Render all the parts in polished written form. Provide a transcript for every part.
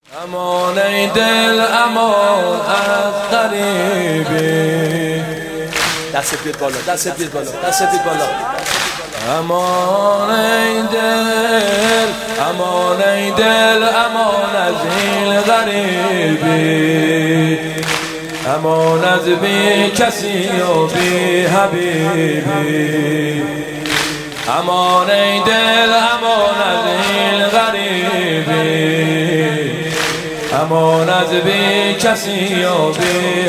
امان ای دل امان از غریبی. دست بیاد بالا، دست بیاد بالا، دست بیاد بالا. امان ای دل، امان ای دل، امان از این غریبی. امان از بی کسی و بی حبیبی. امان ای دل، امان از این غریبی. امان از بی کسی و بی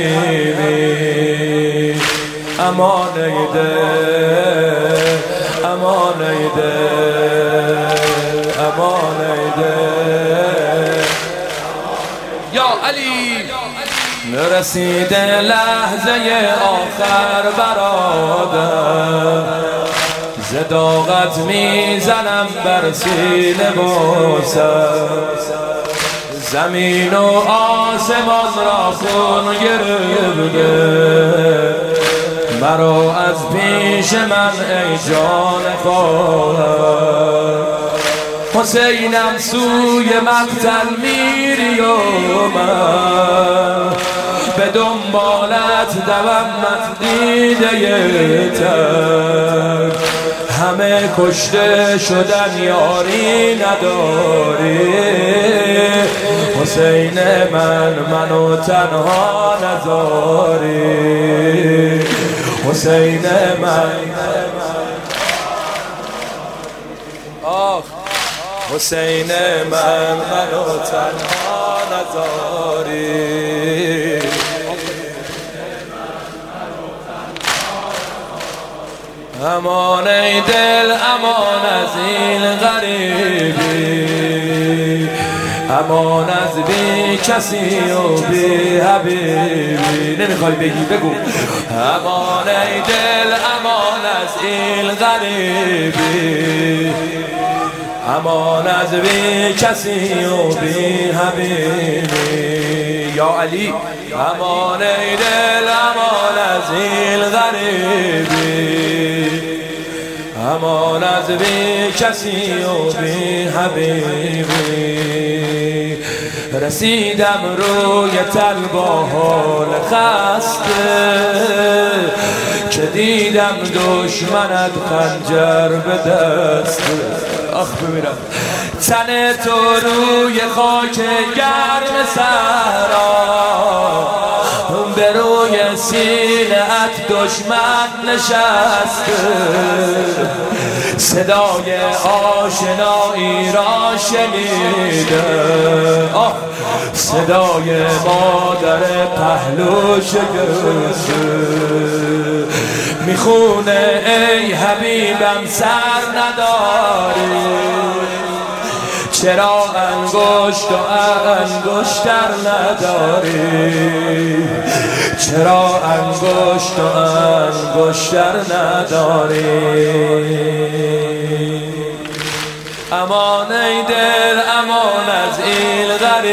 حبیبی. امان ای دل، امان ای دل، امان ای دل. یا علی نرسیده لحظه آخر برادر، زداغت میزنم بر سینه و سر. زمین و آسمان را خون گرفته، مرا از پیش من ای جان خواهر. حسینم سوی مقتل میری و من به دنبالت دوامت دیده تر. همه کشته شدن یاری نداری، حسین منو تنها نذاری. حسین حسین منو تنها نذاری. امان ای دل، امان از این غریبی. امان از بی کسی و بی حبیبی. نمیخوای بگی بگو. امان ای دل، امان از این غریبی. امان از بی کسی و بی حبیبی. یا علی امان ای دل، امان از این غریبی. امان از بی کسی و بی حبیبی. رسیدم روی تل با حال خسته، که دیدم دشمنت خنجر به دست. آخ بمیرم تن تو روی خاک گرم صحرا، به روی سینه‌ات دشمن نشسته. صدای آشنایی را شنیده، صدای مادر پهلو شکسته. میخونه ای حبیبم سر نداری، چرا انگشت و انگشتر نداری. چرا انگشت و انگشتر نداری. امان ای دل، امان از این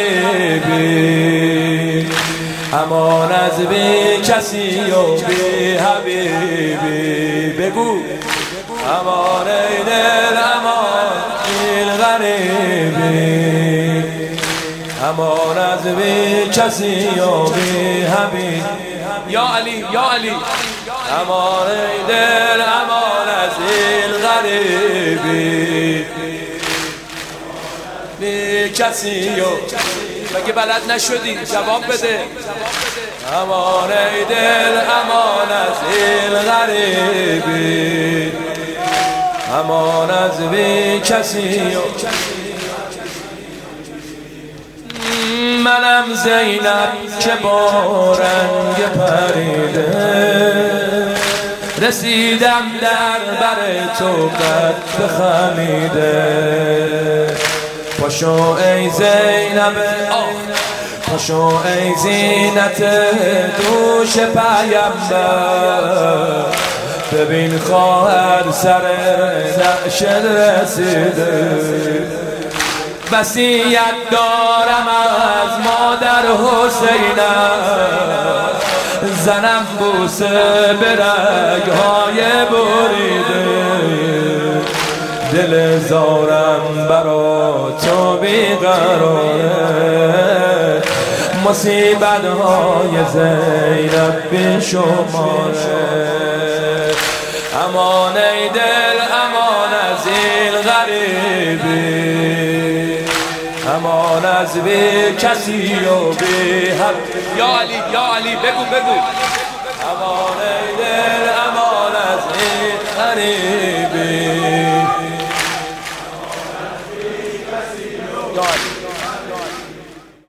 غریبی. امان از بی کسی و بی حبیبی. بگو امان ای دل، امان این غریبی. امان از بی کسی و بی حبیبی. یا علی، یا علی امان ای دل، امان از این غریبی. بی کسی و مگه بلد نشدی جواب بده. امان ای دل، امان از این غریبی. امان از بی کسی و منم زینب که با رنگ پریده، رسیدم در بر تو قد خمیده. پاشو ای زینب، پاشو ای زینت دوش پیامبر. ببین خواهر سر نعشت رسیده. وصیت دارم از مادر حسینم، زنم بوسه به رگ‌های بریده. دل زارم برا تو بیقراره. مصیبت های زینب بی شماره. امان ای دل امان از این غریبی، امان از بی کسی و بی حق. یا علی یا علی بگو بگو. امان ای دل امان از این غریبی.